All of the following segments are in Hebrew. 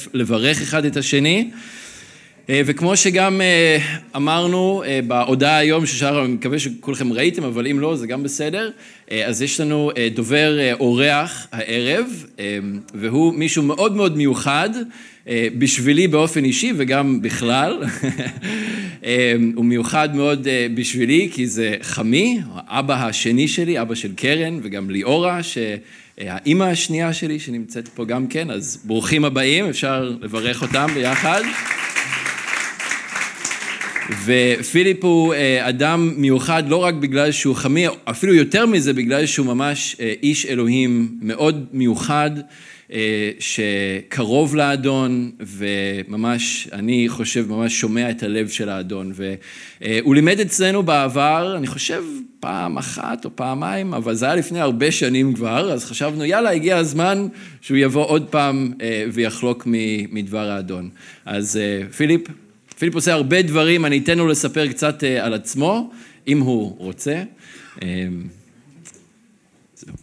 כיף לברך אחד את השני. וכמו שגם אמרנו בהודעה היום, ששאר, אני מקווה שכולכם ראיתם, אבל אם לא, זה גם בסדר. אז יש לנו דובר אורח הערב, והוא מישהו מאוד מאוד מיוחד, בשבילי באופן אישי וגם בכלל. הוא מיוחד מאוד בשבילי, כי זה חמי, האבא השני שלי, אבא של קרן, וגם ליאורה, שהאימא השנייה שלי שנמצאת פה גם כן, אז ברוכים הבאים, אפשר לברך אותם ביחד. ופיליפ הוא אדם מיוחד לא רק בגלל שהוא חמי, אפילו יותר מזה בגלל שהוא ממש איש אלוהים מאוד מיוחד, שקרוב לאדון, וממש, אני חושב, ממש שומע את הלב של האדון. והוא לימד אצלנו בעבר, אני חושב פעם אחת או פעמיים, אבל זה היה לפני הרבה שנים כבר, אז חשבנו, יאללה, הגיע הזמן שהוא יבוא עוד פעם ויחלוק מדבר האדון. אז פיליפ עושה הרבה דברים, אני אתן לו לספר קצת על עצמו, אם הוא רוצה. זהו.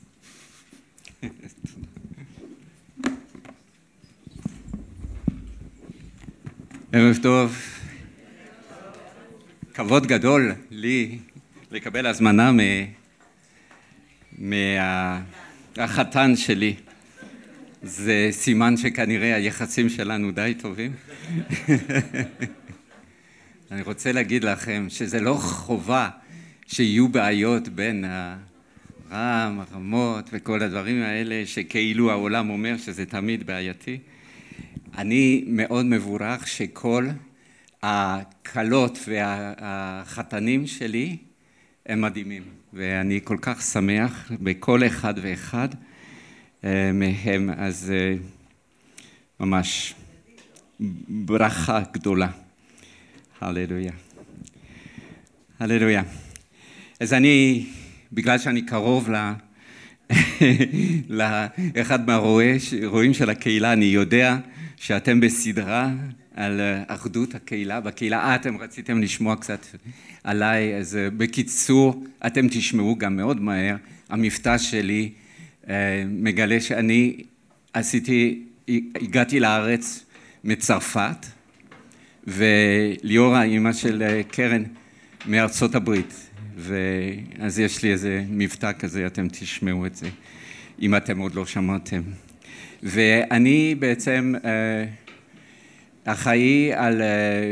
ערב טוב. כבוד גדול לי לקבל הזמנה מהחתן שלי. זה סימן שכנראה היחסים שלנו די טובים. אני רוצה להגיד לכם שזה לא חובה שיהיו בעיות בין הרמות וכל הדברים האלה, שכאילו העולם אומר שזה תמיד בעייתי. אני מאוד מבורך שכל הקלות והחתנים שלי הם מדהימים, ואני כל כך שמח בכל אחד ואחד מהם, אז ממש ברכה גדולה. הללויה. הללויה. אז בגלל שאני קרוב לאחד מהרועים של הקהילה, אני יודע שאתם בסדרה על אחדות הקהילה. בקהילה, אתם רציתם לשמוע קצת עליי, אז בקיצור, אתם תשמעו גם מאוד מהר. המבטא שלי מגלה שאני הגעתי לארץ מצרפת, וליאורה, אמא של קרן, מארצות הברית. אז יש לי איזה מבטא כזה, אתם תשמעו את זה, אם אתם עוד לא שמעתם. ואני בעצם אחראי על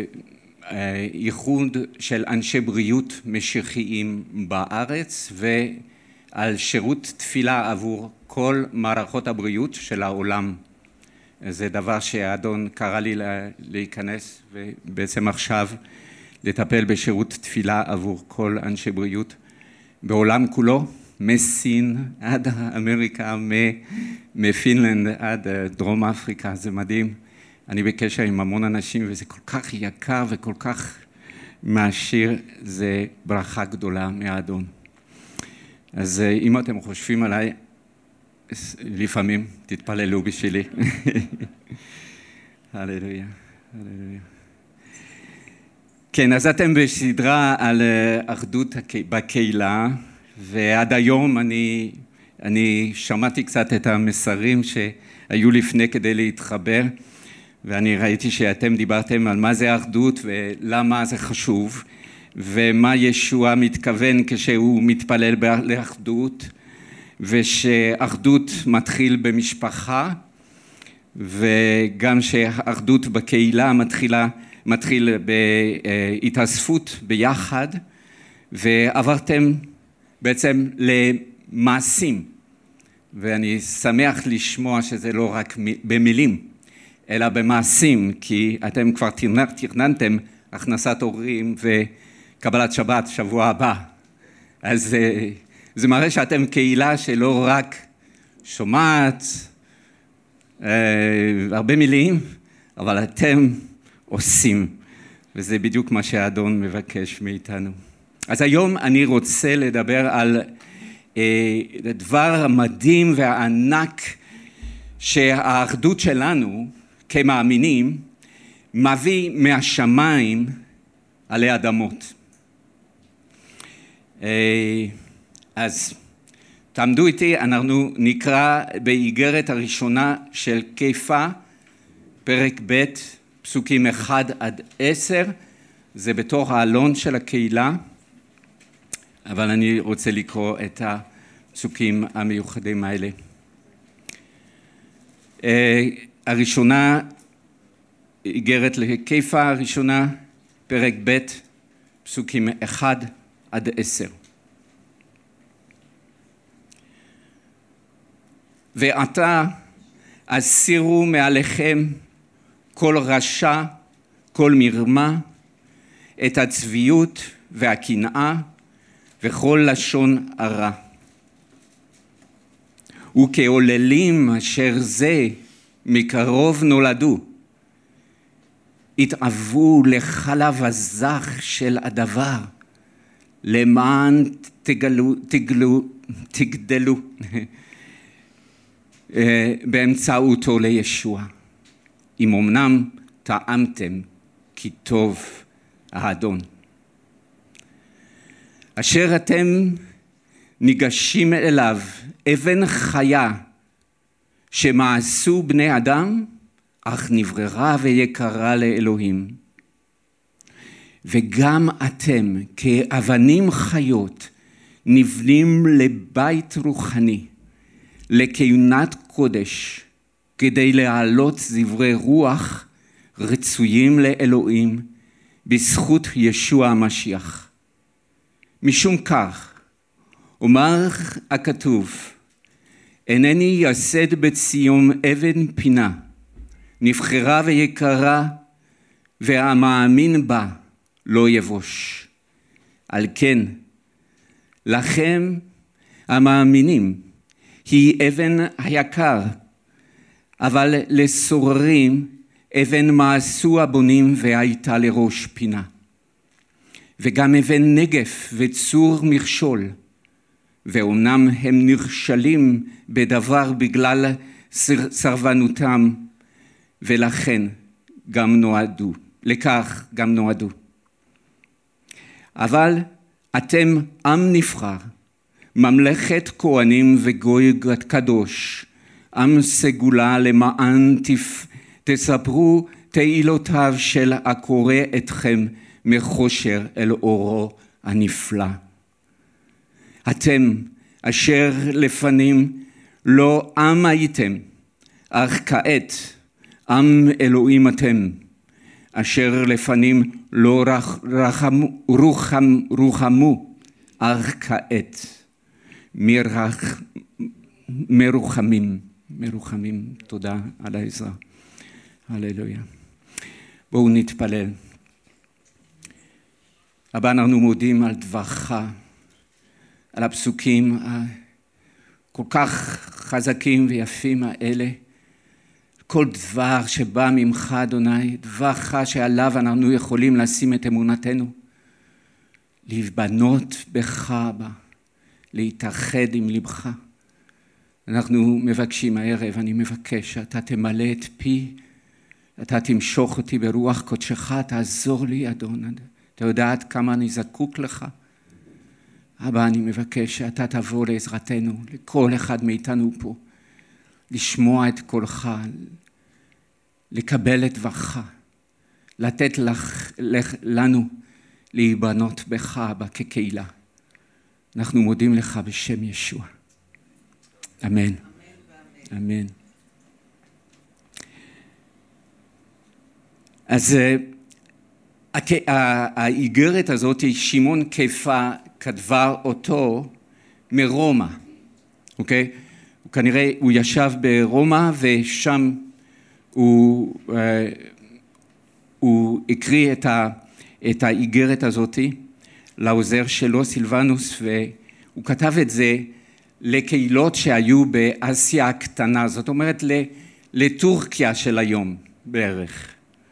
ייחוד של אנשי בריאות משיחיים בארץ, ועל שירות תפילה עבור כל מערכות הבריאות של העולם. זה דבר שהאדון קרא לי להיכנס, ובעצם עכשיו לטפל בשירות תפילה עבור כל אנשי בריאות בעולם כולו, מסין עד אמריקה, מפינלנד עד דרום אפריקה. זה מדהים. אני בקשר עם המון אנשים, וזה כל כך יקר וכל כך מעשיר, זה ברכה גדולה מהאדון. אז אם אתם חושבים עליי, לפעמים תתפללו בשבילי. הללויה, הללויה. כן, אז אתם בסדרה על אחדות בקהילה, ועד היום אני שמעתי קצת את המסרים שהיו לפני כדי להתחבר, ואני ראיתי שאתם דיברתם על מה זה אחדות ולמה זה חשוב, ומה ישוע מתכוון כשהוא מתפלל לאחדות, ושאחדות מתחיל במשפחה, וגם שאחדות בקהילה מתחיל בהתאספות ביחד, ועברתם בעצם למעשים, ואני שמח לשמוע שזה לא רק במילים, אלא במעשים, כי אתם כבר תכננתם הכנסת הורים וקבלת שבת שבוע הבא. אז זה מראה שאתם קהילה שלא רק שומעת הרבה מילים, אבל אתם עושים, וזה בדיוק מה שהאדון מבקש מאיתנו. אז היום אני רוצה לדבר על דבר המדהים והענק שהאחדות שלנו כמאמינים מביא מהשמיים עלי אדמות. אז תעמדו איתי, אנחנו נקרא באיגרת הראשונה של קיפה, פרק ב', פסוקים 1 עד 10, זה בתוך העלון של הקהילה, אבל אני רוצה לקרוא את הפסוקים המיוחדים האלה. הראשונה, איגרת לקיפה הראשונה, פרק ב', פסוקים 1 עד 10. ועתה הסירו מעליכם כל רשע, כל מרמה, את הצביעות והקנאה וכל לשון הרע. וכעוללים אשר זה מקרוב נולדו, התאוו לחלב הזך של הדבר, למען תגדלו באמצעותו לישוע. אם אמנם טעמתם כי טוב האדון. אשר אתם ניגשים אליו, אבן חיה שמעשו בני אדם, אך נבררה ויקרה לאלוהים. וגם אתם כאבנים חיות נבנים לבית רוחני, לכהונת קודש, כדי להעלות זברי רוח רצויים לאלוהים בזכות ישוע המשיח. משום כך, אומר הכתוב, אינני יסד בציון אבן פינה, נבחרה ויקרה, והמאמין בה לא יבוש. על כן, לכם המאמינים, היא אבן היקר, אבל לסוררים אבן מעשו הבונים והייתה לראש פינה. וגם אבן נגף וצור מכשול, ואומנם הם נכשלים בדבר בגלל סרבנותם, ולכן גם נועדו, לכך גם נועדו. אבל אתם עם נבחר, ממלכת כהנים וגוי קדוש, עם סגולה למען תספרו תהילותיו של הקורא אתכם מחושר אל אורו הנפלא. אתם אשר לפנים לא עם הייתם, אך כעת עם אלוהים אתם, אשר לפנים לא רוחמו, אך כעת מרוחמים. תודה על העזרה. הללויה. בואו נתפלל. אבא, אנחנו מודים על דברך, על הפסוקים כל כך חזקים ויפים האלה. כל דבר שבא ממך, אדוני, דברך שעליו אנחנו יכולים לשים את אמונתנו. להיבנות בך, אבא, להתאחד עם לבך. אנחנו מבקשים הערב, אני מבקש שאתה תמלא את פי, אתה תמשוך אותי ברוח קודשך, תעזור לי, אדון. אתה יודעת כמה אני זקוק לך. אבא, אני מבקש שאתה תבוא לעזרתנו, לכל אחד מאיתנו פה, לשמוע את קולך, לקבל את דברך, לתת לנו להיבנות בך, אבא, כקהילה. אנחנו מודים לך בשם ישוע. אמן. אמן. אז האיגרת הזאת, שמעון קיפה כתבה אותו מרומא, אוקיי? כנראה הוא ישב ברומא ושם הוא הקריא את האיגרת הזאת לעוזר שלו סילבנוס, והוא כתב את זה לקהילות שהיו באסיה הקטנה, זאת אומרת לטורקיה של היום בערך.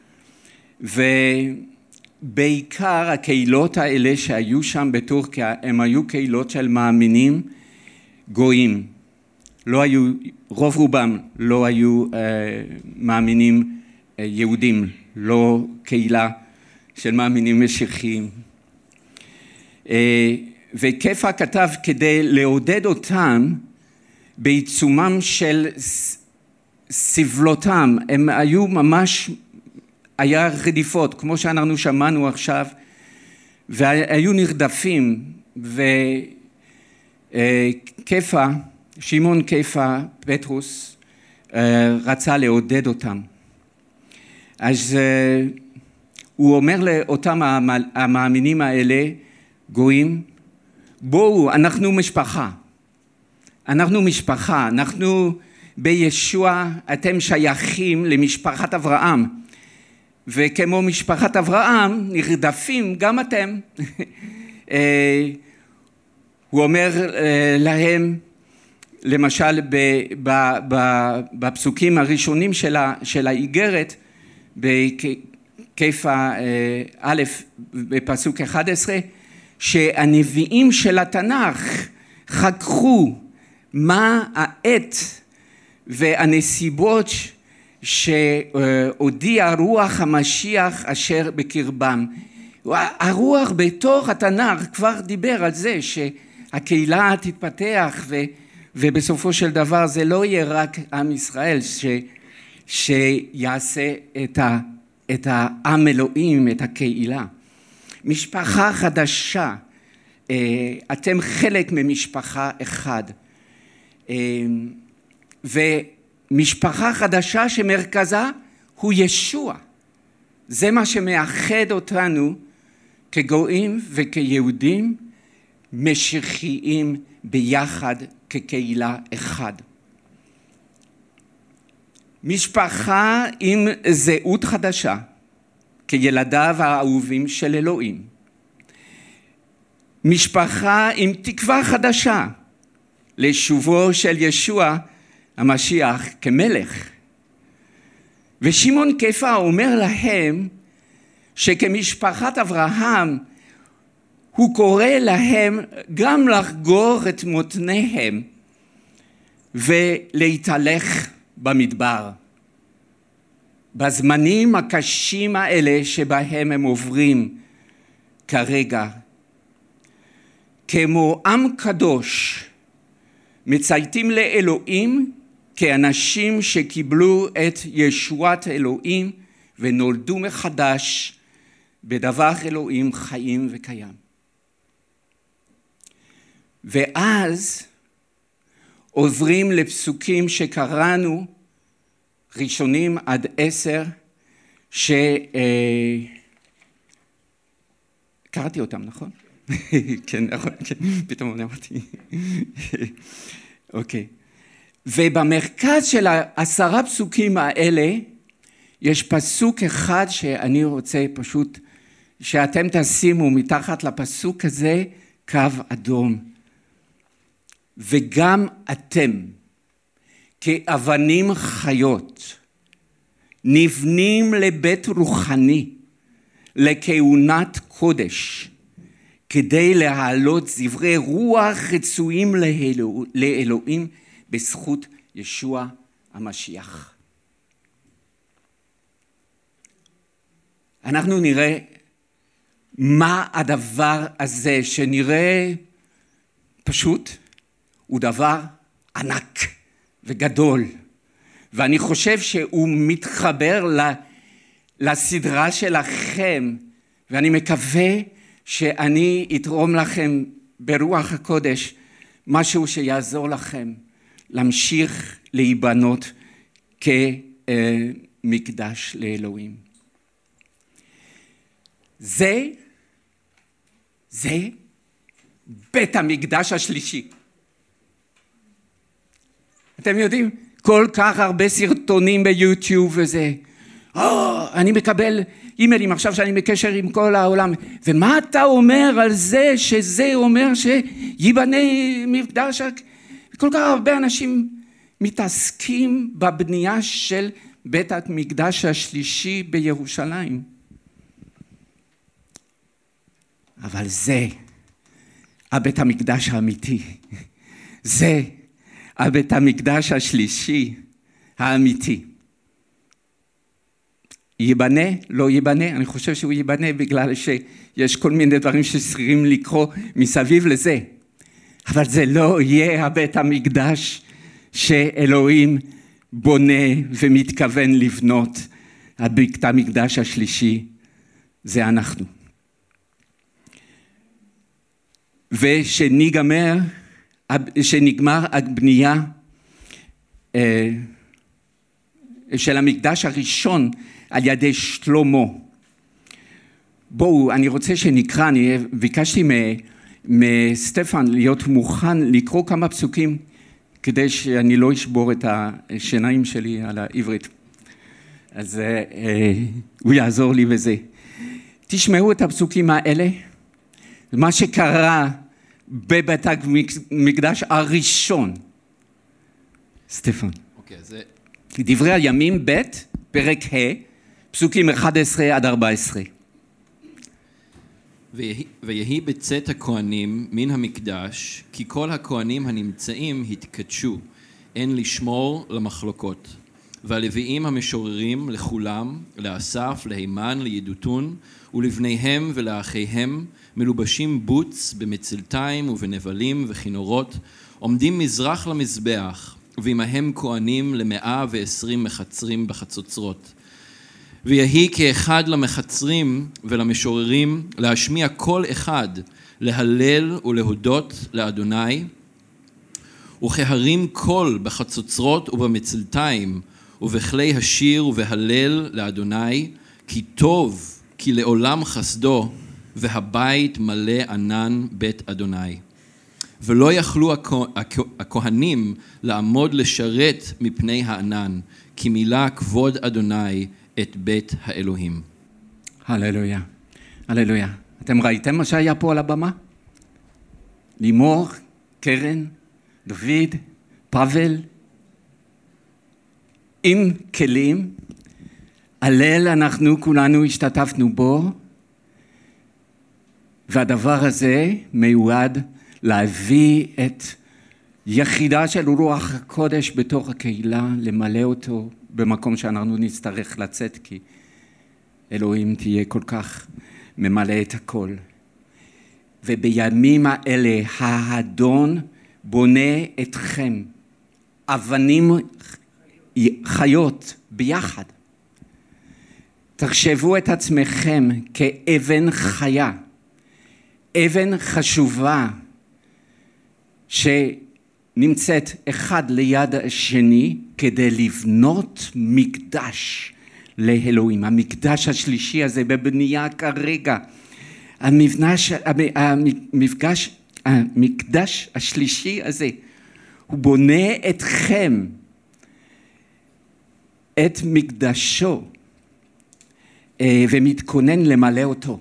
ובעיקר הקהילות האלה שהיו שם בטורקיה, הם היו קהילות של מאמינים גויים. לא היו, רוב רובם לא היו מאמינים יהודים, לא קהילה של מאמינים משיחיים. וקיפה כתב כדי לעודד אותם בעיצומם של סבלותם, הם היו ממש, היה רדיפות, כמו שאנחנו שמענו עכשיו, והיו נרדפים, וכיפה, שמעון כיפה, פטרוס, רצה לעודד אותם. אז הוא אומר לאותם המאמינים האלה, גויים, בואו, אנחנו משפחה, אנחנו בישוע, אתם שייכים למשפחת אברהם, וכמו משפחת אברהם, נרדפים גם אתם. הוא אומר להם, למשל בפסוקים הראשונים של האיגרת, בכיפה א' בפסוק 11, שהנביאים של התנ"ך חככו מה העת והנסיבות שהודיע רוח המשיח אשר בקרבם. הרוח בתוך התנ"ך כבר דיבר על זה שהקהילה תתפתח ובסופו של דבר זה לא יהיה רק עם ישראל שיעשה את העם אלוהים, את הקהילה. משפחה חדשה, אתם חלק ממשפחה אחד. ומשפחה חדשה שמרכזה הוא ישוע. זה מה שמאחד אותנו כגויים וכיהודים משיחיים ביחד כקהילה אחד. משפחה עם זהות חדשה, כילדיו האהובים של אלוהים. משפחה עם תקווה חדשה, לשובו של ישוע המשיח כמלך. ושמעון כיפה אומר להם שכמשפחת אברהם הוא קורא להם גם לחגור את מותניהם ולהתהלך במדבר. בזמנים הקשים האלה שבהם הם עוברים כרגע. כמו עם קדוש מצייתים לאלוהים כאנשים שקיבלו את ישועת אלוהים ונולדו מחדש בדבר אלוהים חיים וקיים. ואז עוברים לפסוקים שקראנו ראשונים עד 10 קראתי אותם, נכון? כן, נכון, כן, פתאום אמרתי. אוקיי. ובמרכז של 10 פסוקים האלה, יש פסוק אחד שאני רוצה פשוט, שאתם תשימו מתחת לפסוק הזה קו אדום. וגם אתם, כאבנים חיות, נבנים לבית רוחני, לכהונת קודש, כדי להעלות דברי רוח רצויים לאלוהים בזכות ישוע המשיח. אנחנו נראה מה הדבר הזה שנראה פשוט, הוא דבר ענק וגדול. ואני חושב שהוא מתחבר לסדרה שלכם, ואני מקווה שאני אתרום לכם ברוח הקודש משהו שיעזור לכם להמשיך להיבנות כמקדש לאלוהים. זה בית המקדש השלישי. אתם יודעים, כל כך הרבה סרטונים ביוטיוב וזה. אני מקבל אימיילים עכשיו שאני בקשר עם כל העולם. ומה אתה אומר על זה שזה אומר שיבנה מקדש? כל כך הרבה אנשים מתעסקים בבנייה של בית המקדש השלישי בירושלים. אבל זה הבית המקדש האמיתי. זה הבית המקדש השלישי האמיתי. ייבנה, לא ייבנה, אני חושב שהוא ייבנה בגלל שיש כל מיני דברים שצריכים לקרוא מסביב לזה. אבל זה לא יהיה הבית המקדש שאלוהים בונה ומתכוון לבנות בית המקדש השלישי, זה אנחנו. ושנגמר הבנייה של המקדש הראשון על ידי שלמה. בואו, אני רוצה שנקרא, אני ביקשתי מסטפן להיות מוכן לקרוא כמה פסוקים, כדי שאני לא אשבור את השיניים שלי על העברית. אז הוא יעזור לי בזה. תשמעו את הפסוקים האלה. מה שקרה בבית המקדש הראשון. סטפן. אוקיי, זה... דברי הימים ב' פרק ה', פסוקים 11 עד 14. ויהי בצאת הכהנים מן המקדש, כי כל הכהנים הנמצאים התקדשו, אין לשמור למחלוקות. והלוויים המשוררים לכולם, לאסף, להימן, לידותון, ולבניהם ולאחיהם, מלובשים בוץ במצלתיים ובנבלים וכינורות, עומדים מזרח למזבח, ועמהם כהנים 120 מחצרים בחצוצרות. ויהי כאחד למחצרים ולמשוררים להשמיע כל אחד להלל ולהודות לאדוני, וכהרים קול בחצוצרות ובמצלתיים ובכלי השיר ובהלל לאדוני, כי טוב, כי לעולם חסדו, והבית מלא ענן בית אדוני. ולא יכלו הכהנים לעמוד לשרת מפני הענן, כי מילא כבוד אדוני את בית האלוהים. הללויה, הללויה. אתם ראיתם מה שהיה פה על הבמה? לימור, קרן, דוד, פבל, עם כלים, הלל אנחנו כולנו השתתפנו בו, והדבר הזה מיועד להביא את יחידה של רוח הקודש בתוך הקהילה, למלא אותו במקום שאנחנו נצטרך לצאת, כי אלוהים תהיה כל כך ממלא את הכל. ובימים האלה האדון בונה אתכם, אבנים חיות ביחד. תחשבו את עצמכם כאבן חיה, אבן חשובה שנמצאת אחד ליד השני כדי לבנות מקדש לאלוהים. המקדש השלישי הזה בבנייה כרגע. המקדש השלישי הזה, הוא בונה אתכם, את מקדשו, ומתכונן למלא אותו.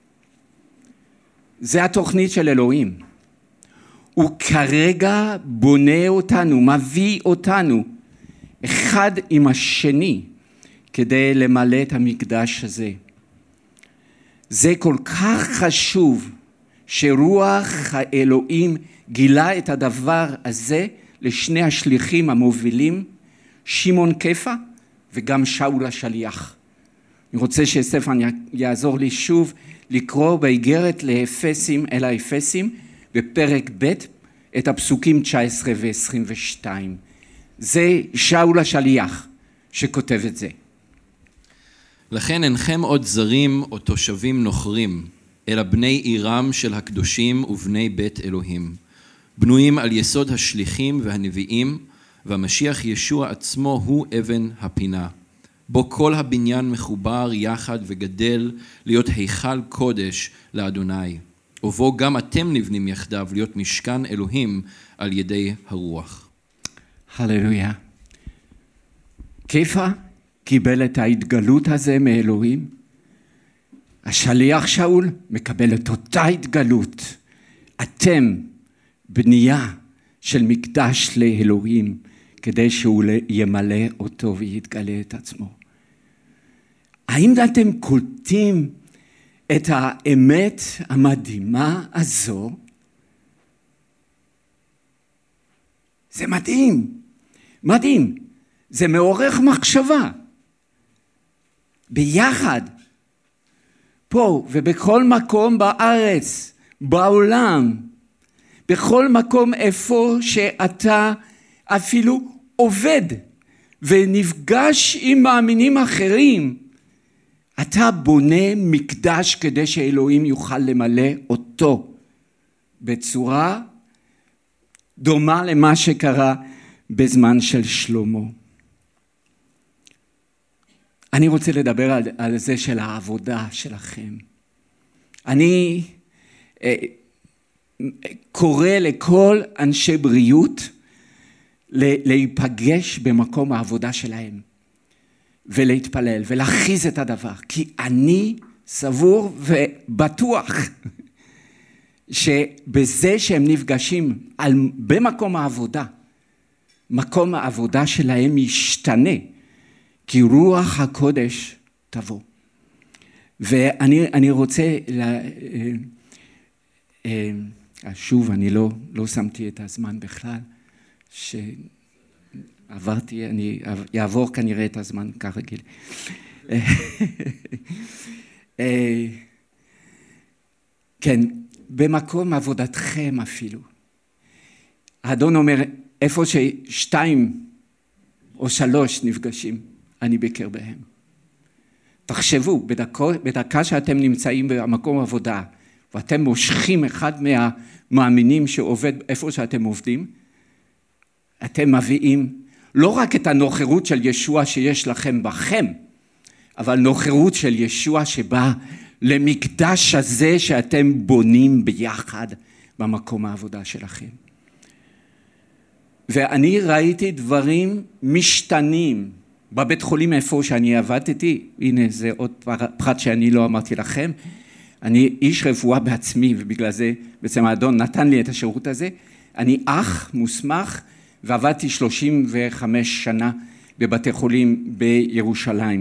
זה התוכנית של אלוהים. הוא כרגע בונה אותנו, מביא אותנו, אחד עם השני, כדי למלא את המקדש הזה. זה כל כך חשוב, שרוח האלוהים גילה את הדבר הזה, לשני השליחים המובילים, שמעון כפא וגם שאול השליח. אני רוצה שסטפן יעזור לי שוב לקרוא באיגרת לאפסים אל האפסים בפרק ב' את הפסוקים 19 ו-22. זה שאול השליח שכותב את זה. לכן אינכם עוד זרים או תושבים נוכרים, אלא בני עירם של הקדושים ובני בית אלוהים, בנויים על יסוד השליחים והנביאים, והמשיח ישוע עצמו הוא אבן הפינה. בו כל הבניין מחובר יחד וגדל להיות היכל קודש לאדוני, ובו גם אתם נבנים יחדיו להיות משכן אלוהים על ידי הרוח. הללויה. כיפה קיבל את ההתגלות הזה מאלוהים. השליח שאול מקבל את אותה התגלות. אתם בנייה של מקדש לאלוהים, כדי שהוא ימלא אותו ויתגלה את עצמו. האם אתם קולטים את האמת המדהימה הזו? זה מדהים, מדהים. זה מעורר מחשבה. ביחד, פה ובכל מקום בארץ, בעולם, בכל מקום איפה שאתה אפילו עובד, ונפגש עם מאמינים אחרים, אתה בונה מקדש כדי שאלוהים יוכל למלא אותו בצורה דומה למה שקרה בזמן של שלמה. אני רוצה לדבר על זה של העבודה שלכם. אני קורא לכל אנשי בריאות להיפגש במקום העבודה שלהם ולהתפלל ולהכריז את הדבר, כי אני סבור ובטוח שבזה שהם נפגשים במקום העבודה, מקום העבודה שלהם ישתנה, כי רוח הקודש תבוא. ואני רוצה, שוב, אני לא שמתי את הזמן בכלל, שעברתי, אני אעבור כנראה את הזמן כרגיל. כן, במקום עבודתכם אפילו. האדון אומר, איפה ששתיים או שלוש נפגשים, אני בקר בהם. תחשבו, בדקה שאתם נמצאים במקום עבודה, ואתם מושכים אחד מהמאמינים שעובד איפה שאתם עובדים, אתם מביאים לא רק את הנוכחות של ישוע שיש לכם בכם, אבל נוכחות של ישוע שבא למקדש הזה שאתם בונים ביחד במקום העבודה שלכם. ואני ראיתי דברים משתנים בבית חולים איפה שאני עבדתי. הנה זה עוד פרט שאני לא אמרתי לכם. אני איש רפואה בעצמי, ובגלל זה בעצם האדון נתן לי את השירות הזה. אני אח מוסמך ועבדתי 35 שנה בבתי חולים בירושלים.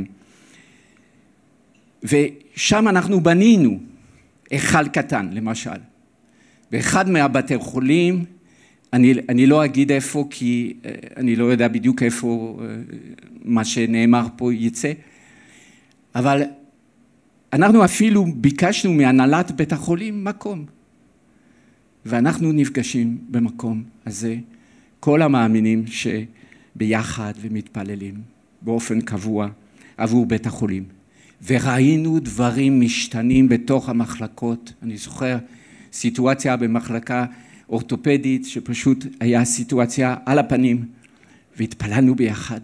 ושם אנחנו בנינו היכל קטן למשל. באחד מהבתי חולים, אני לא אגיד איפה כי אני לא יודע בדיוק איפה מה שנאמר פה יצא, אבל אנחנו אפילו ביקשנו מהנהלת בית החולים מקום, ואנחנו נפגשים במקום הזה, כל המאמינים שביחד ומתפללים באופן קבוע עבור בית החולים. וראינו דברים משתנים בתוך המחלקות. אני זוכר סיטואציה במחלקה אורתופדית שפשוט היה סיטואציה על הפנים, והתפללנו ביחד.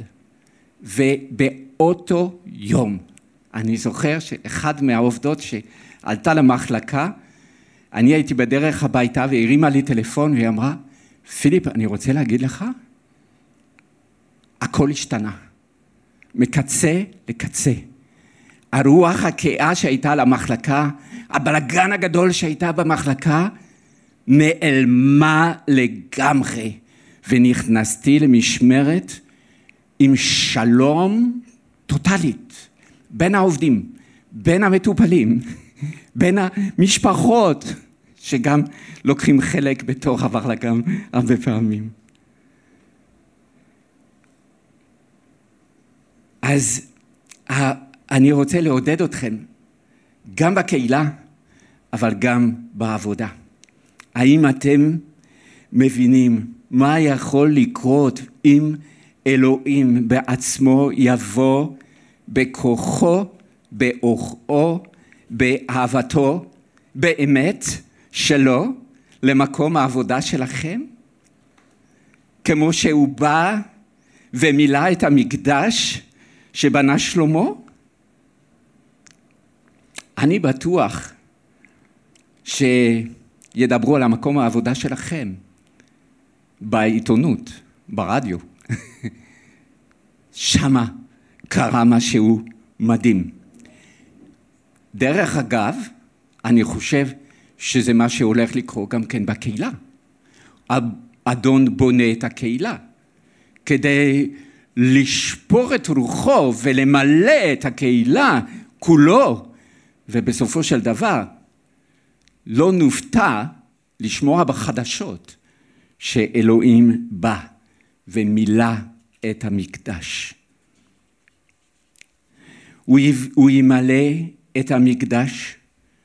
ובאותו יום, אני זוכר שאחד מהעובדות שעלתה למחלקה, אני הייתי בדרך הביתה והרימה לי טלפון והיא אמרה, פיליפ, אני רוצה להגיד לך, הכל השתנה, מקצה לקצה. הרוח הכאה שהייתה למחלקה, הבלגן הגדול שהייתה במחלקה, נעלמה לגמרי, ונכנסתי למשמרת עם שלום טוטלית, בין העובדים, בין המטופלים, בין המשפחות, שגם לוקחים חלק בתוך הבלגן הרבה פעמים. אז אני רוצה לעודד אתכם, גם בקהילה, אבל גם בעבודה. האם אתם מבינים מה יכול לקרות אם אלוהים בעצמו יבוא בכוחו, באורחו, באהבתו, באמת שלו, למקום העבודה שלכם? כמו שהוא בא ומילא את המקדש שבנה שלמה? אני בטוח שידברו על המקום העבודה שלכם, בעיתונות, ברדיו. שמה קרה משהו מדהים. דרך אגב, אני חושב שזה מה שהולך לקרות גם כן בקהילה. האדון בונה את הקהילה, כדי לשפור את רוחו ולמלא את הקהילה כולו, ובסופו של דבר לא נופתע לשמוע בחדשות שאלוהים בא ומילא את המקדש. הוא ימלא את המקדש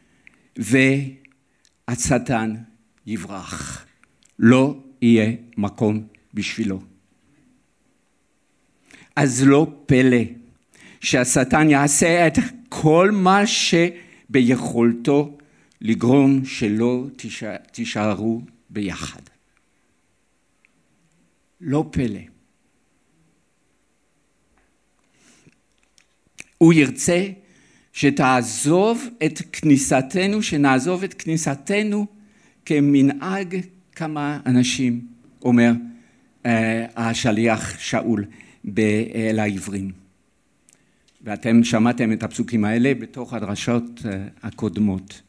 והשטן יברח. לא יהיה מקום בשבילו. אז לא פלא שהשטן יעשה את כל מה שביכולתו לגרום שלא תישארו ביחד. לא פלא. הוא ירצה שנעזוב את כניסתנו כמנהג כמה אנשים, אומר השליח שאול אל העברים. ואתם שמעתם את הפסוקים האלה בתוך הדרשות הקודמות.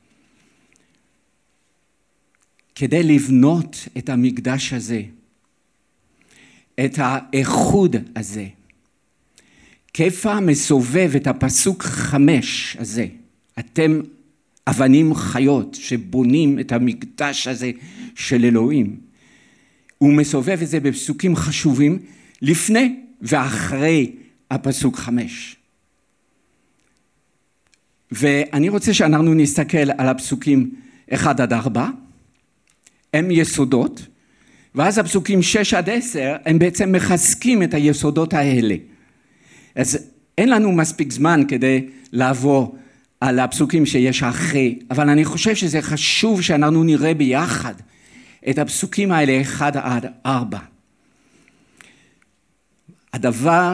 כדי לבנות את המקדש הזה, את האיחוד הזה, כיפה מסובב את הפסוק 5 הזה, אתם אבנים חיות שבונים את המקדש הזה של אלוהים. הוא מסובב את זה בפסוקים חשובים לפני ואחרי הפסוק 5. ואני רוצה שאנחנו נסתכל על הפסוקים 1 עד 4, הם יסודות, ואז הפסוקים 6 עד 10 הם בעצם מחזקים את היסודות האלה. אז אין לנו מספיק זמן כדי לעבור על הפסוקים שיש אחרי, אבל אני חושב שזה חשוב שאנחנו נראה ביחד את הפסוקים האלה 1 עד 4. הדבר,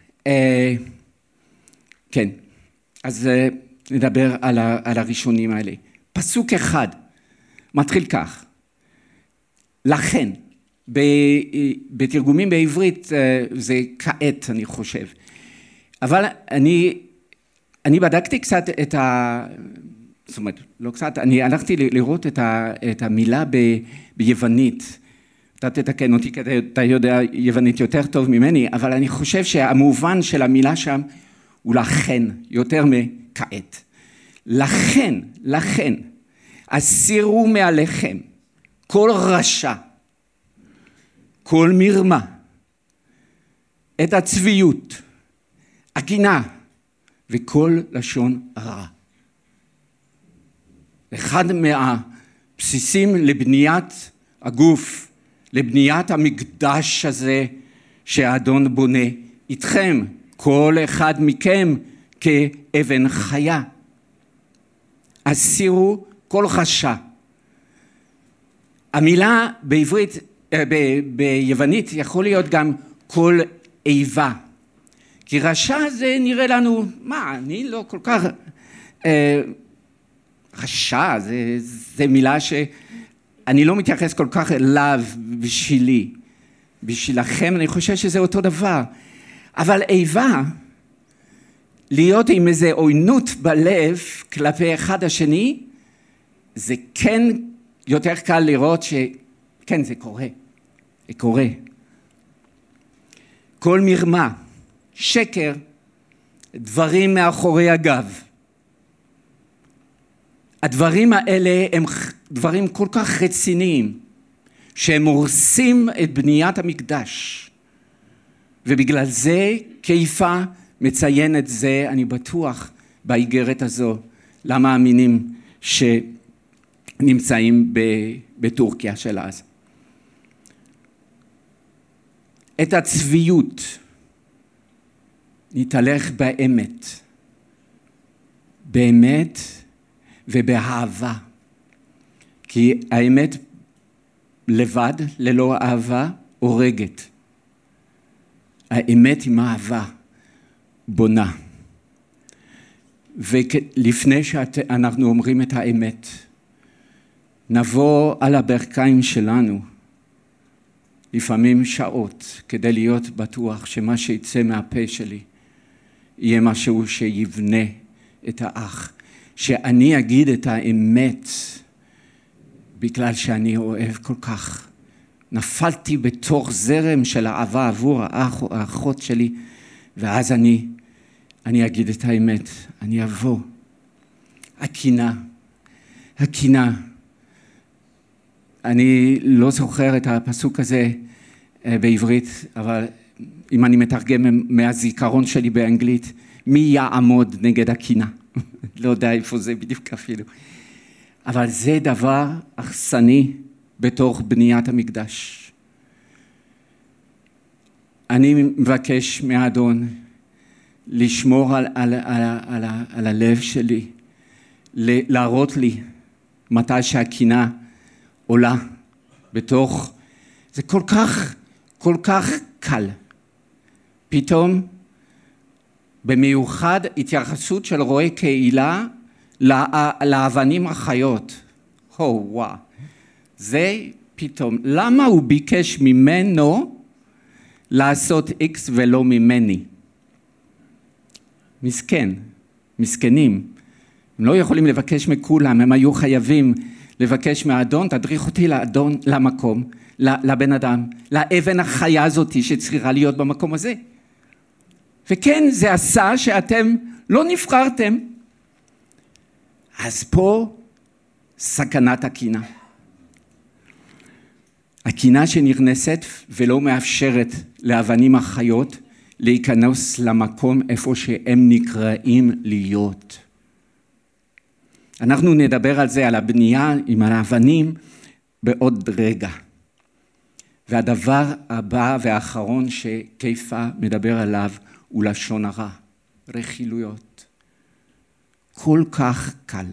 כן, אז נדבר על הראשונים האלה. פסוק 1 מתחיל כך, לכן, בתרגומים בעברית זה כעת אני חושב, אבל אני בדקתי קצת זאת אומרת, לא קצת, אני הלכתי לראות את המילה ביוונית, אתה תתקן אותי כי אתה יודע יוונית יותר טוב ממני, אבל אני חושב שהמובן של המילה שם הוא לכן, יותר מכעת. לכן, הסירו מעליכם כל רשע, כל מרמה, את הצביעות, הקנאה וכל לשון רע. אחד מהבסיסים לבניית הגוף, לבניית המקדש הזה שהאדון בונה איתכם, כל אחד מכם כאבן חיה. הסירו כל רשע. המילה בעברית, ביוונית יכול להיות גם כל איבה. כי רשע זה נראה לנו, אני לא כל כך, רשע זה מילה שאני לא מתייחס כל כך אליו בשבילי. בשבילכם אני חושב שזה אותו דבר. אבל איבה, להיות עם איזו עוינות בלב כלפי אחד השני, זה כן יותר קל לראות שכן זה קורה. זה קורה. כל מרמה, שקר, דברים מאחורי הגב. הדברים האלה הם דברים כל כך רציניים, שהם הורסים את בניית המקדש. ובגלל זה כיפה מציין את זה, אני בטוח, באיגרת הזו, למאמינים שנמצאים בטורקיה של אז. את הצביעות נתהלך באמת, באמת ובאהבה, כי האמת לבד, ללא אהבה, הורגת. האמת עם אהבה בונה. ולפני שאנחנו אומרים את האמת, נבוא על הברכיים שלנו, לפעמים שעות, כדי להיות בטוח שמה שיצא מהפה שלי, יהיה משהו שיבנה את האח. שאני אגיד את האמת, בגלל שאני אוהב כל כך. נפלתי בתוך זרם של אהבה עבור האח או האחות שלי, ואז אני אגיד את האמת, אני אבוא. הקנאה. אני לא זוכר את הפסוק הזה בעברית, אבל אם אני מתרגם מהזיכרון שלי באנגלית, מי יעמוד נגד הקנאה? לא יודע איפה זה בדיוק אפילו. אבל זה דבר הרסני בתוך בניית המקדש. אני מבקש מהאדון לשמור על הלב שלי, להראות לי מתי שהקינה עולה בתוך, זה כל כך קל. פתאום במיוחד התייחסות של רואה קהילה לאבנים החיות. וואו. זה פתאום, למה הוא ביקש ממנו לעשות X ולא ממני? מסכנים. הם לא יכולים לבקש מכולם, הם היו חייבים לבקש מהאדון, תדריך אותי לאדון, למקום, לבן אדם, לאבן החיה הזאת שצריכה להיות במקום הזה. וכן, זה עשה שאתם לא נבחרתם. אז פה סכנת הקינה. הקינה שנכנסת ולא מאפשרת לאבנים החיות להיכנס למקום איפה שהם נקראים להיות. אנחנו נדבר על זה, על הבנייה עם האבנים בעוד רגע. והדבר הבא והאחרון שכיפה מדבר עליו הוא לשון הרע, רכילויות. כל כך קל.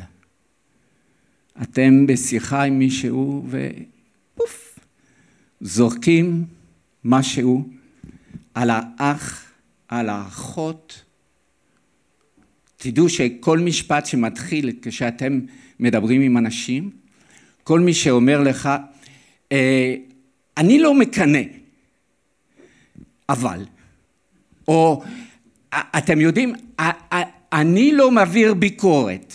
אתם בשיחה עם מישהו ופוף, זורקים משהו על האח, על האחות. תדעו שכל משפט שמתחיל כשאתם מדברים עם אנשים, כל מי שאומר לך, אני לא מקנא, אבל, או אתם יודעים, אני לא מעביר ביקורת.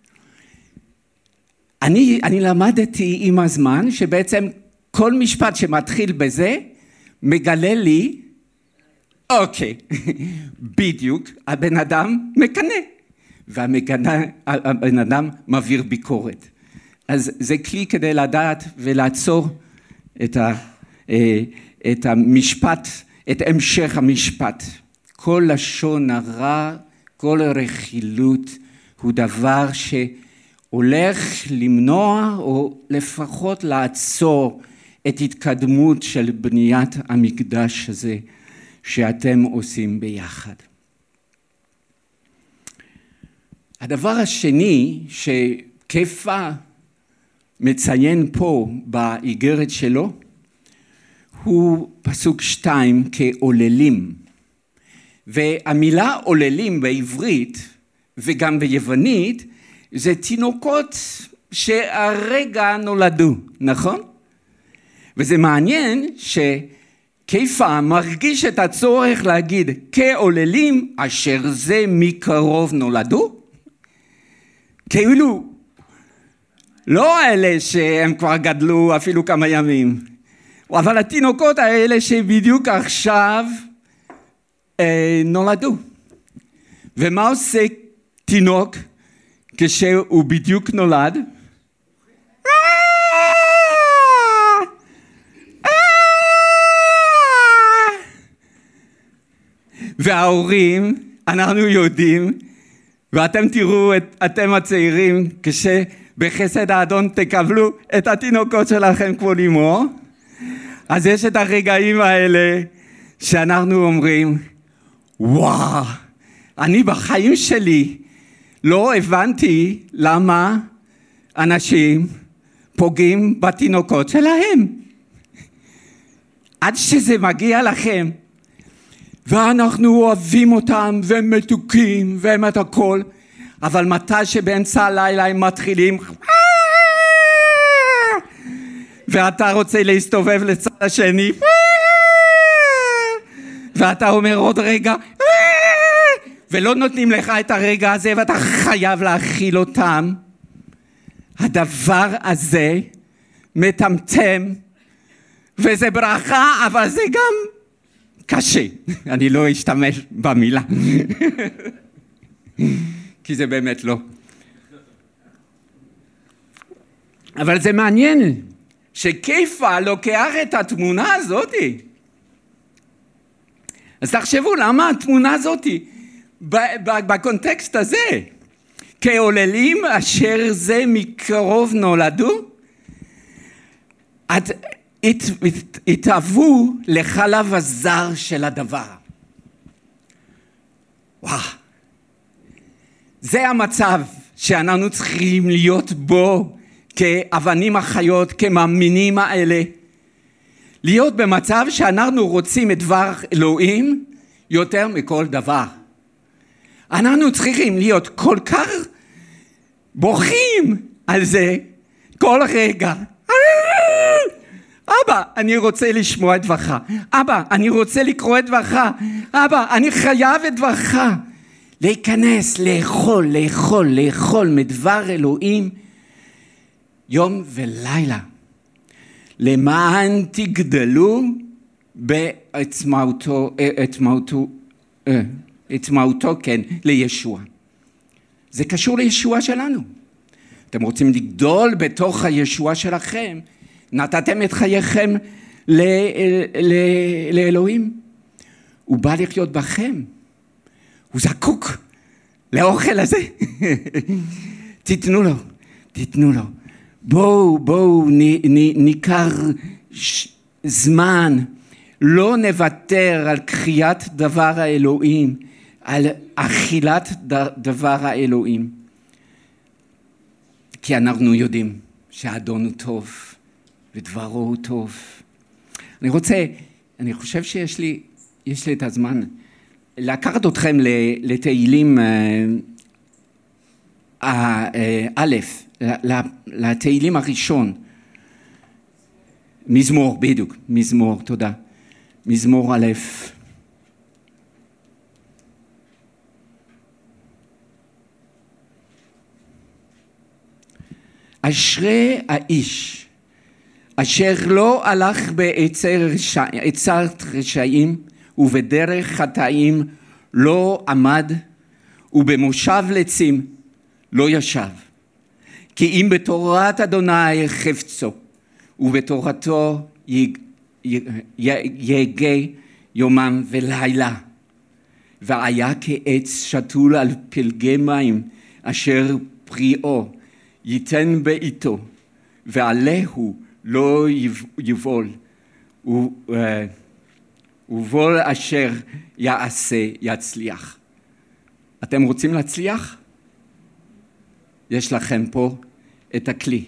אני למדתי עם הזמן שבעצם כל משפט שמתחיל בזה מגלה לי, אוקיי, בדיוק, הבן אדם מקנא, והבן אדם מעביר ביקורת. אז זה כלי כדי לדעת ולעצור את המשפט, את המשך המשפט. כל לשון הרע, כל הרכילות הוא דבר שהולך למנוע או לפחות לעצור את התקדמות של בניית המקדש הזה שאתם עושים ביחד. הדבר השני שכיפה מציין פה באיגרת שלו, הוא פסוק 2 כעוללים. והמילה עוללים בעברית וגם ביוונית זה תינוקות שהרגע נולדו, נכון? וזה מעניין שכיפה מרגיש את הצורך להגיד כעוללים אשר זה מקרוב נולדו. כאילו לא אלה שהם כבר גדלו אפילו כמה ימים, אבל התינוקות האלה שבדיוק עכשיו נולדו. ומה עושה תינוק כשהוא בדיוק נולד? וההורים, אנחנו יודעים, ואתם תראו, אתם הצעירים, כשבחסד האדון תקבלו את התינוקות שלכם כמו לימור, אז יש את הרגעים האלה שאנחנו אומרים, וואו, אני בחיים שלי לא הבנתי למה אנשים פוגעים בתינוקות שלהם. עד שזה מגיע לכם, ואנחנו אוהבים אותם והם מתוקים והם את הכל, אבל מתי שבאמצע הלילה הם מתחילים, ואתה רוצה להסתובב לצד השני, ואתה אומר עוד רגע, ולא נותנים לך את הרגע הזה, ואתה חייב להכיל אותם. הדבר הזה מטמטם, וזה ברכה, אבל זה גם קשה. אני לא אשתמש במילה. כי זה באמת לא. אבל זה מעניין, שכיפה לוקח את התמונה הזאת. אז תחשבו, למה התמונה הזאת בקונטקסט הזה? כעוללים אשר זה מקרוב נולדו? התאהבו לחלב הזר של הדבר. וואו. זה המצב שאנחנו צריכים להיות בו כאבנים החיות, כמאמינים האלה. להיות במצב שאנחנו רוצים את דבר אלוהים יותר מכל דבר. אנחנו צריכים להיות כל כך בוכים על זה כל רגע. אבא, אני רוצה לשמוע את דברך. אבא, אני רוצה לקרוא את דברך. אבא, אני חייב את דברך. להיכנס, לאכול מדבר אלוהים יום ולילה. למען תגדלו בעצמאותו, כן, לישוע. זה קשור לישוע שלנו. אתם רוצים לגדול בתוך הישוע שלכם, נתתם את חייכם לאלוהים. הוא בא לחיות בכם. הוא זקוק לאוכל הזה. תיתנו לו. בואו ניקח זמן, לא נוותר על קריאת דבר האלוהים, על אכילת דבר האלוהים. כי אנחנו יודעים שהאדון הוא טוב, ודברו הוא טוב. אני חושב שיש לי את הזמן לקחת אתכם לתהילים א', לתהילים הראשון. מזמור, בדיוק, מזמור, תודה. מזמור א'. אשרי האיש אשר לא הלך בעצת רשעים ובדרך חטאים לא עמד ובמושב לצים לא ישב. כי אם בתורת אדוני חפצו ובתורתו יגע יומם ולילה. והיה כעץ שתול על פלגי מים אשר פריאו ייתן בעיתו ועליהו לא יבול ובול אשר יעשה יצליח. אתם רוצים להצליח? יש לכם פה את הכלי.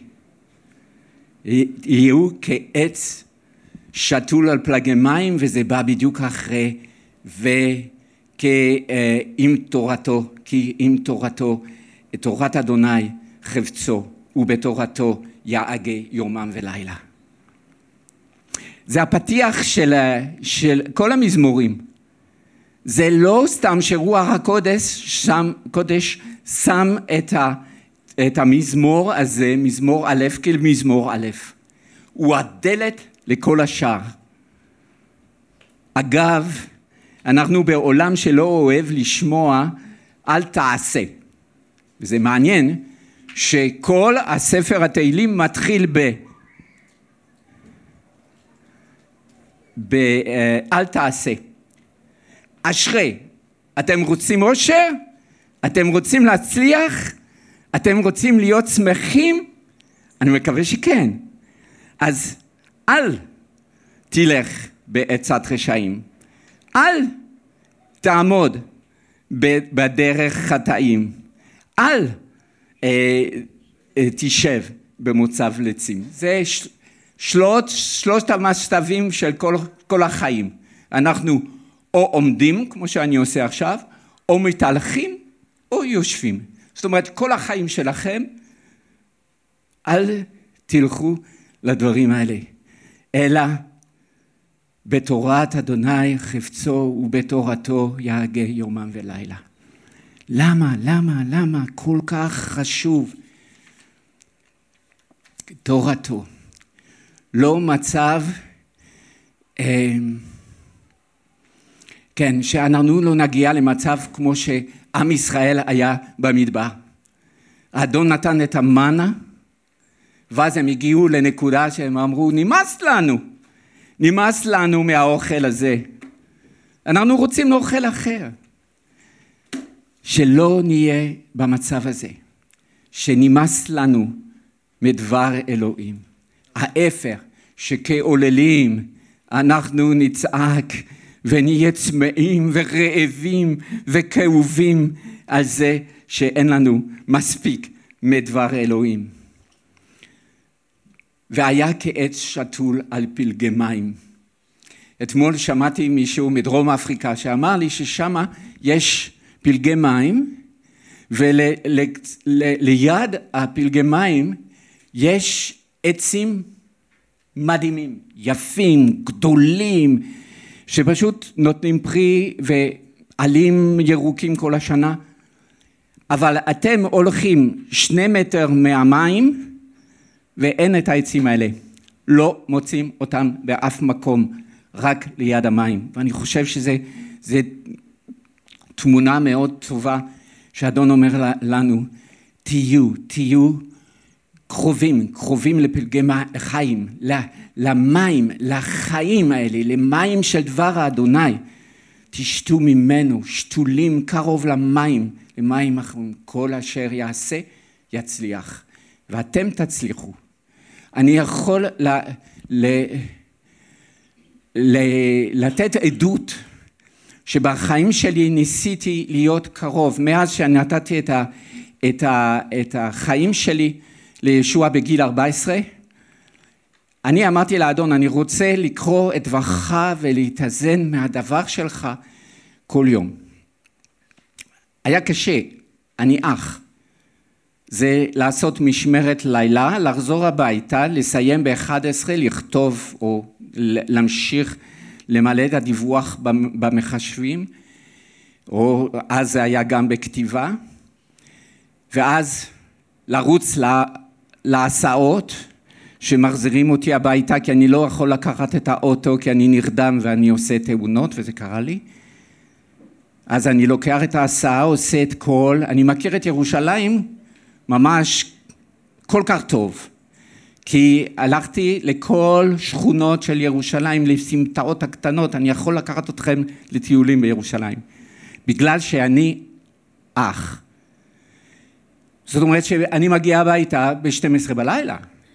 יהיו כעץ שתול על פלגי מים, וזה בא בדיוק אחרי, ועם תורתו, כי עם תורתו, תורת אדוני חפצו, ובתורתו יעגה יומם ולילה. זה הפתיח של כל המזמורים. זה לא סתם שרוח הקודש שם את המזמור הזה, מזמור א', כמזמור א'. הוא הדלת לכל השאר. אגב, אנחנו בעולם שלא אוהב לשמוע, אל תעשה. וזה מעניין שכל הספר התהילים מתחיל אל תעשה. אשרי, אתם רוצים אושר? אתם רוצים להצליח? אתם רוצים להיות שמחים? אני מקווה שכן. אז אל תלך בעצת רשעים. אל תעמוד בדרך חטאים. אל תשב במוצב לצים. זה שלושת המשתבים של כל החיים. אנחנו או עומדים, כמו שאני עושה עכשיו, או מתהלכים, או יושבים. זאת אומרת, כל החיים שלכם, אל תלכו לדברים האלה, אלא בתורת אדוני חפצו ובתורתו יהגה יומם ולילה. למה כל כך חשוב תורתו? לא מצב, כן, שאנחנו לא נגיע למצב כמו שעם ישראל היה במדבר. האדון נתן את המנה, ואז הם הגיעו לנקודה שהם אמרו, נמאס לנו מהאוכל הזה. אנחנו רוצים לאוכל אחר. שלא נהיה במצב הזה, שנמאס לנו מדבר אלוהים. ההפך, שכעוללים אנחנו נצעק ונהיה צמאים ורעבים וכאובים על זה שאין לנו מספיק מדבר אלוהים. והיה כעץ שתול על פלגי מים. אתמול שמעתי מישהו מדרום אפריקה שאמר לי ששם יש פלגי מים, וליד הפלגי מים יש עצים מדהימים, יפים, גדולים, שפשוט נותנים פרי ועלים ירוקים כל השנה. אבל אתם הולכים 2 מטר מהמים ואין את העצים האלה. לא מוצאים אותם באף מקום, רק ליד המים. ואני חושב שזה תמונה מאוד טובה שאדון אומר לנו, תהיו קרובים לפלגי חיים, למים, לחיים האלה, למים של דבר האדוני. תשתו ממנו, שתולים קרוב למים אחרים. כל אשר יעשה יצליח, ואתם תצליחו. אני יכול לתת עדות שבחיים שלי ניסיתי להיות קרוב, מאז שנתתי את החיים שלי לישוע בגיל 14, אני אמרתי לאדון, אני רוצה לקרוא את דברך ולהתאזן מהדבר שלך כל יום. היה קשה, אני אח. זה לעשות משמרת לילה, לחזור הביתה, לסיים ב-11, לכתוב או להמשיך למלא את הדיווח במחשבים, או אז זה היה גם בכתיבה, ואז לרוץ להסעות שמחזירים אותי הביתה, כי אני לא יכול לקחת את האוטו, כי אני נרדם ואני עושה תאונות, וזה קרה לי. אז אני לוקח את ההסעה, עושה את כל, אני מכיר את ירושלים ממש כל כך טוב, כי הלכתי לכל שכונות של ירושלים, לסמטאות הקטנות, אני יכול לקחת אתכם לטיולים בירושלים, בגלל שאני אח. זאת אומרת שאני מגיע הביתה ב-12 בלילה,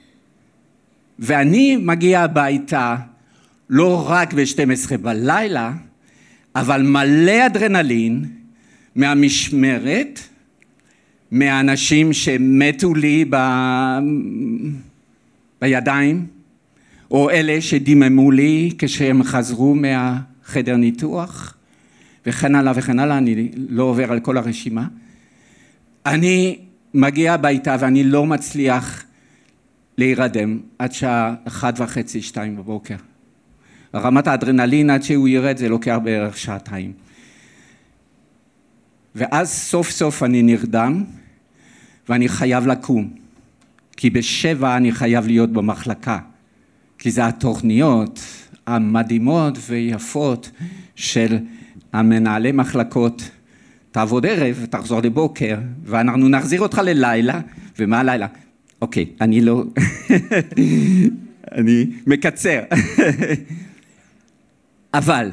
ואני מגיע הביתה לא רק ב-12 בלילה, אבל מלא אדרנלין מהמשמרת, מהאנשים שמתו לי בידיים, או אלה שדיממו לי כשהם חזרו מהחדר ניתוח, וכן הלאה וכן הלאה, אני לא עובר על כל הרשימה. אני מגיע הביתה ואני לא מצליח להירדם עד שעה 1:30, 2 בבוקר. רמת האדרנלין עד שהוא ירד זה לוקח בערך 2 שעות. ואז סוף סוף אני נרדם ואני חייב לקום. כי ב-7 אני חייב להיות במחלקה. כי זה התוכניות המדהימות ויפות של המנהלי מחלקות. תעבוד ערב, תחזור לבוקר, ואנחנו נחזיר אותך ללילה. ומה הלילה? אוקיי, אני לא... אני מקצר. אבל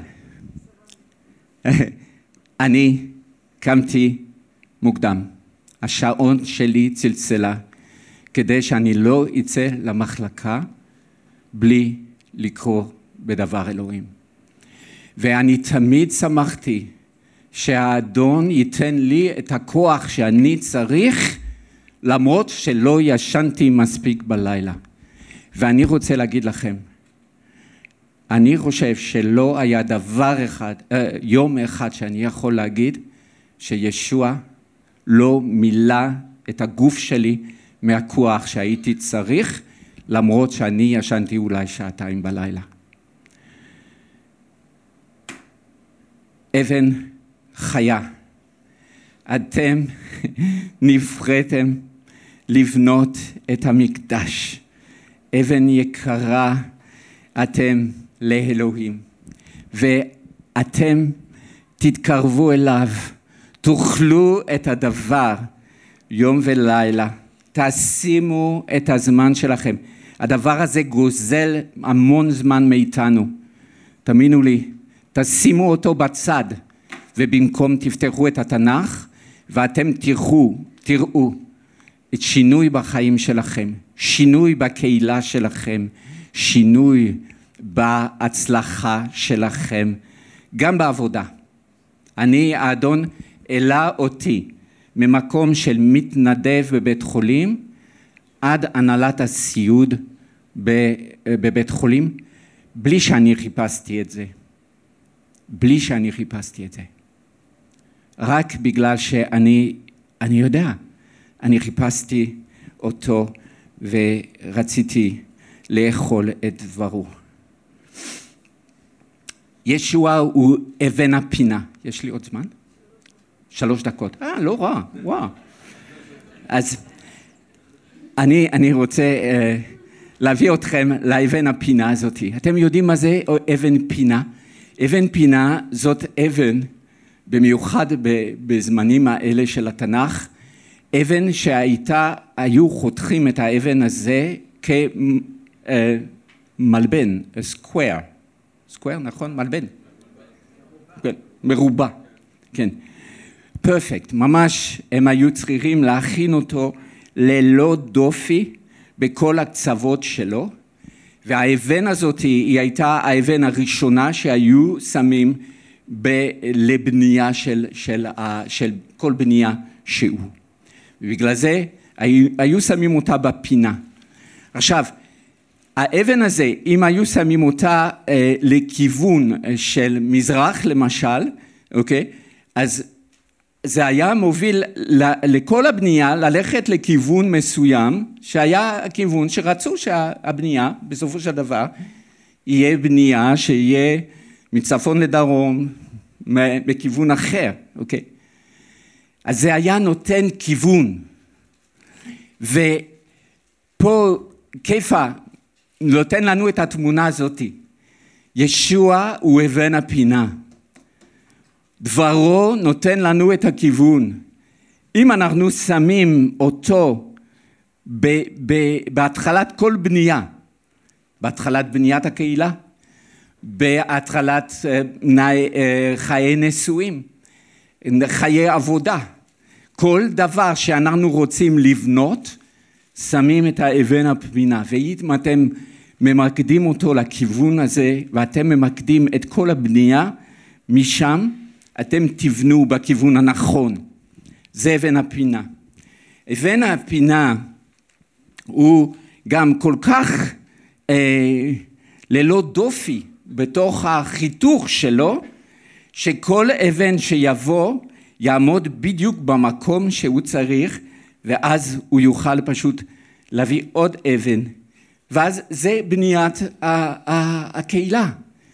אני קמתי מוקדם. השעון שלי צלצלה כדי שאני לא אצא למחלקה בלי לקרוא בדבר אלוהים. ואני תמיד שמחתי שהאדון ייתן לי את הכוח שאני צריך, למרות שלא ישנתי מספיק בלילה. ואני רוצה להגיד לכם, אני חושב שלא היה דבר אחד, יום אחד שאני יכול להגיד שישוע לא מילא את הגוף שלי מהכוח שהייתי צריך, למרות שאני ישנתי אולי 2 בלילה. אבן חיה, אתם נבחרתם לבנות את המקדש. אבן יקרה אתם לאלוהים, ואתם תתקרבו אליו, תאכלו את הדבר יום ולילה, תשימו את הזמן שלכם. הדבר הזה גוזל המון זמן מאיתנו, תאמינו לי, תשימו אותו בצד, ובמקום תפתחו את התנ"ך, ואתם תראו את שינוי בחיים שלכם, שינוי בקהילה שלכם, שינוי בהצלחה שלכם, גם בעבודה. האדון העלה אותי ממקום של מתנדב בבית חולים, עד הנהלת הסיעוד בבית חולים, בלי שאני חיפשתי את זה. בלי שאני חיפשתי את זה. רק בגלל שאני יודע, אני חיפשתי אותו ורציתי לאכול את דברו. ישוע הוא אבן הפינה. יש לי עוד זמן? 3 דקות. לא רע, וואו. אז אני רוצה להביא אתכם לאבן הפינה הזאת. אתם יודעים מה זה אבן פינה? אבן פינה זאת אבן, במיוחד בזמנים האלה של התנ"ך, אבן שהיו חותכים את האבן הזה כמלבן, סקוואר. סקוואר, נכון? מלבן. כן, מרובע. כן. פרפקט. ממש הם היו צריכים להכין אותו ללא דופי בכל הקצוות שלו, והאבן הזאת היא הייתה האבן הראשונה שהיו שמים לבנייה של כל בנייה שהוא. ובגלל זה היו שמים אותה בפינה. עכשיו, האבן הזה, אם היו שמים אותה לכיוון של מזרח למשל, אוקיי? אז זה היה מוביל לכל הבנייה ללכת לכיוון מסוים, שהיה הכיוון שרצו שהבנייה בסופו של דבר יהיה בנייה שיהיה מצפון לדרום בכיוון אחר, אוקיי? אז זה היה נותן כיוון. ופה כיפה נותן לנו את התמונה הזאת. ישוע הוא אבן הפינה. דברו נותן לנו את הכיוון. אם אנחנו שמים אותו בהתחלת כל בנייה, בהתחלת בניית הקהילה, בהתחלת חיי נישואים, חיי עבודה, כל דבר שאנחנו רוצים לבנות, שמים את האבן הפינה. ואם אתם ממקדים אותו לכיוון הזה, ואתם ממקדים את כל הבנייה משם, אתם תבנו בכיוון הנכון. זה אבן הפינה. אבן הפינה הוא גם כל כך ללא דופי בתוך החיתוך שלו, שכל אבן שיבוא יעמוד בדיוק במקום שהוא צריך, ואז הוא יוכל פשוט להביא עוד אבן. ואז זה בניית הקהילה.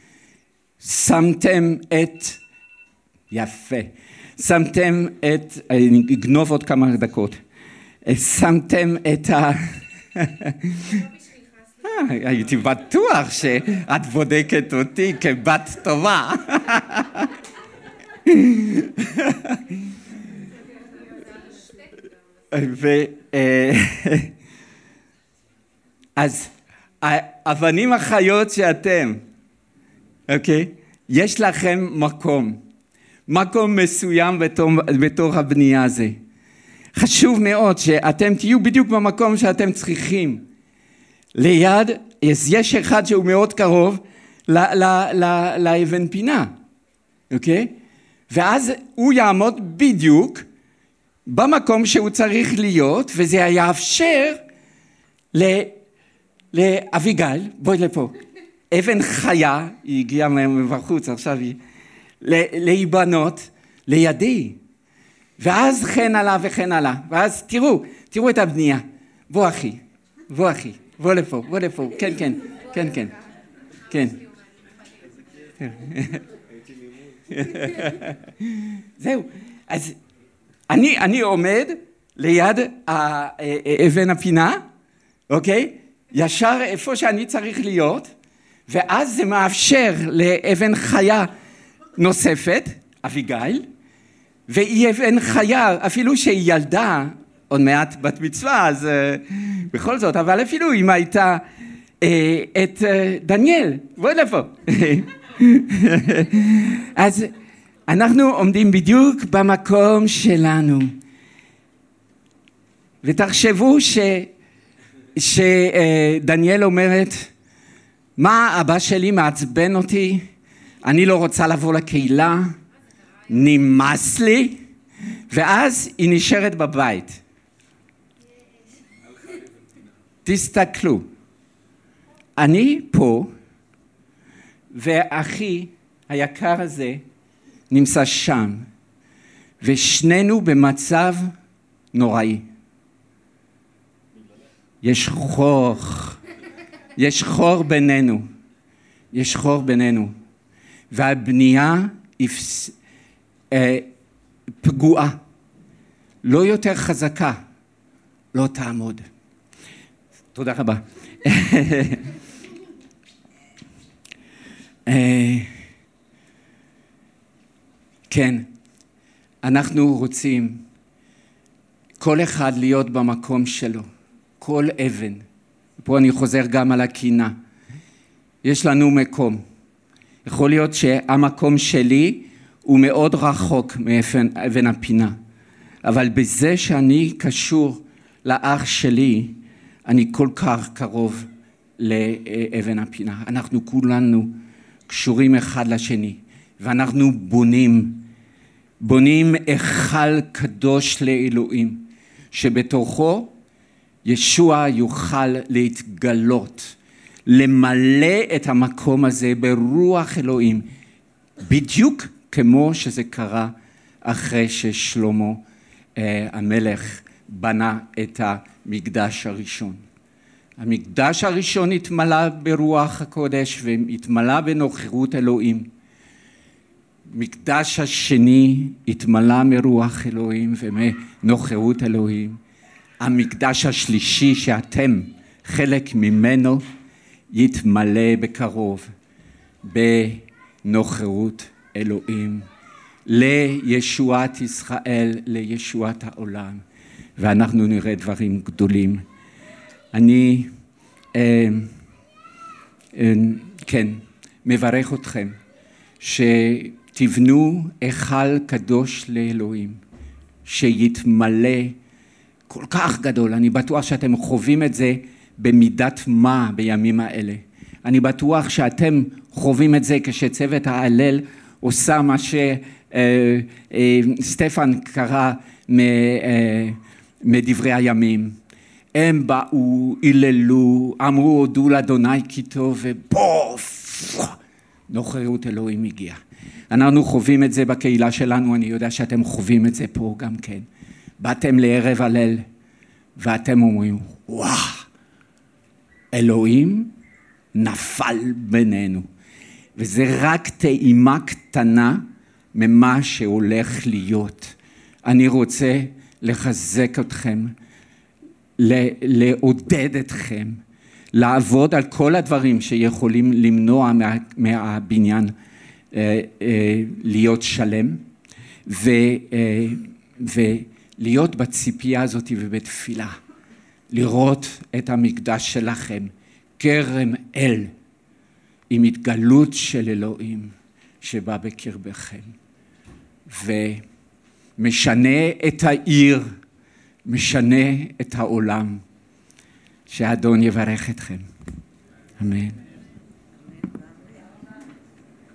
שמתם את... יפה. שמתם את... אני אגנוב עוד כמה דקות. שמתם את ה... הייתי בטוח שאת בודקת אותי כבת טובה. אז האבנים החיות שאתם, אוקיי? יש לכם מקום מסוים בתוך הבנייה הזה. חשוב מאוד שאתם תהיו בדיוק במקום שאתם צריכים. ליד, יש אחד שהוא מאוד קרוב לאבן פינה, אוקיי? ואז הוא יעמוד בדיוק במקום שהוא צריך להיות, וזה יאפשר לאביגיל, בואי לפה, אבן חיה, היא הגיעה מבחוץ, עכשיו היא, להיבנות לידי, ואז כן הלאה וכן הלאה, ואז תראו את הבנייה, בוא אחי, בוא לפה, כן. זהו, אז אני עומד ליד אבן הפינה, אוקיי? ישר איפה שאני צריך להיות, ואז זה מאפשר לאבן חיה נוספת, אביגיל, והיא אבן חיה, אפילו שהיא ילדה, עוד מעט בת מצווה, אז בכל זאת, אבל אפילו אם הייתה את דניאל, בואי לפה. אז אנחנו עומדים בדיוק במקום שלנו. ותחשבו שדניאל אומרת, מה אבא שלי מעצבן אותי? אני לא רוצה לבוא לקהילה, נמאס לי, ואז היא נשארת בבית. תסתכלו, אני פה, ואחי היקר הזה נמצא שם, ושנינו במצב נוראי. יש חור בינינו, יש חור בינינו, והבנייה פגועה, לא יותר חזקה, לא תעמוד. תודה רבה. כן, אנחנו רוצים כל אחד להיות במקום שלו, כל אבן. פה אני חוזר גם על הקינה. יש לנו מקום. יכול להיות שהמקום שלי הוא מאוד רחוק מאבן הפינה, אבל בזה שאני קשור לאח שלי, אני כל כך קרוב לאבן הפינה. אנחנו כולנו קשורים אחד לשני, ואנחנו בונים היכל קדוש לאלוהים, שבתוכו ישוע יוכל להתגלות, למלא את המקום הזה ברוח אלוהים, בדיוק כמו שזה קרה אחרי ששלמה המלך בנה את המקדש הראשון. המקדש הראשון התמלא ברוח הקודש והתמלא בנוכחות אלוהים. מקדש השני התמלא מרוח אלוהים ומנוכחות אלוהים. המקדש השלישי שאתם חלק ממנו יתמלא בקרוב בנוכחות אלוהים לישועת ישראל, לישועת העולם, ואנחנו נראה דברים גדולים. אני כן מברך אתכם שתבנו היכל קדוש לאלוהים שיתמלא כל כך גדול. אני בטוח שאתם חווים את זה במידת מה בימים האלה. אני בטוח שאתם חווים את זה כשצוות ההלל עושה מה שסטפן קרא מדברי הימים. הם באו, היללו, אמרו הודו לאדוני כי טוב, ובוף, נוכחות אלוהים הגיעה. אנחנו חווים את זה בקהילה שלנו, אני יודע שאתם חווים את זה פה גם כן. באתם לערב הלל, ואתם אומרים, וואו, אלוהים נפל בינינו. וזה רק טעימה קטנה ממה שהולך להיות. אני רוצה לחזק אתכם, לעודד אתכם, לעבוד על כל הדברים שיכולים למנוע מהבניין להיות שלם, ולהיות בציפייה הזאת ובתפילה, לראות את המקדש שלכם, כרם אל, עם התגלות של אלוהים שבא בקרבכם, ומשנה את העיר, משנה את העולם. שהאדון יברך אתכם. אמן.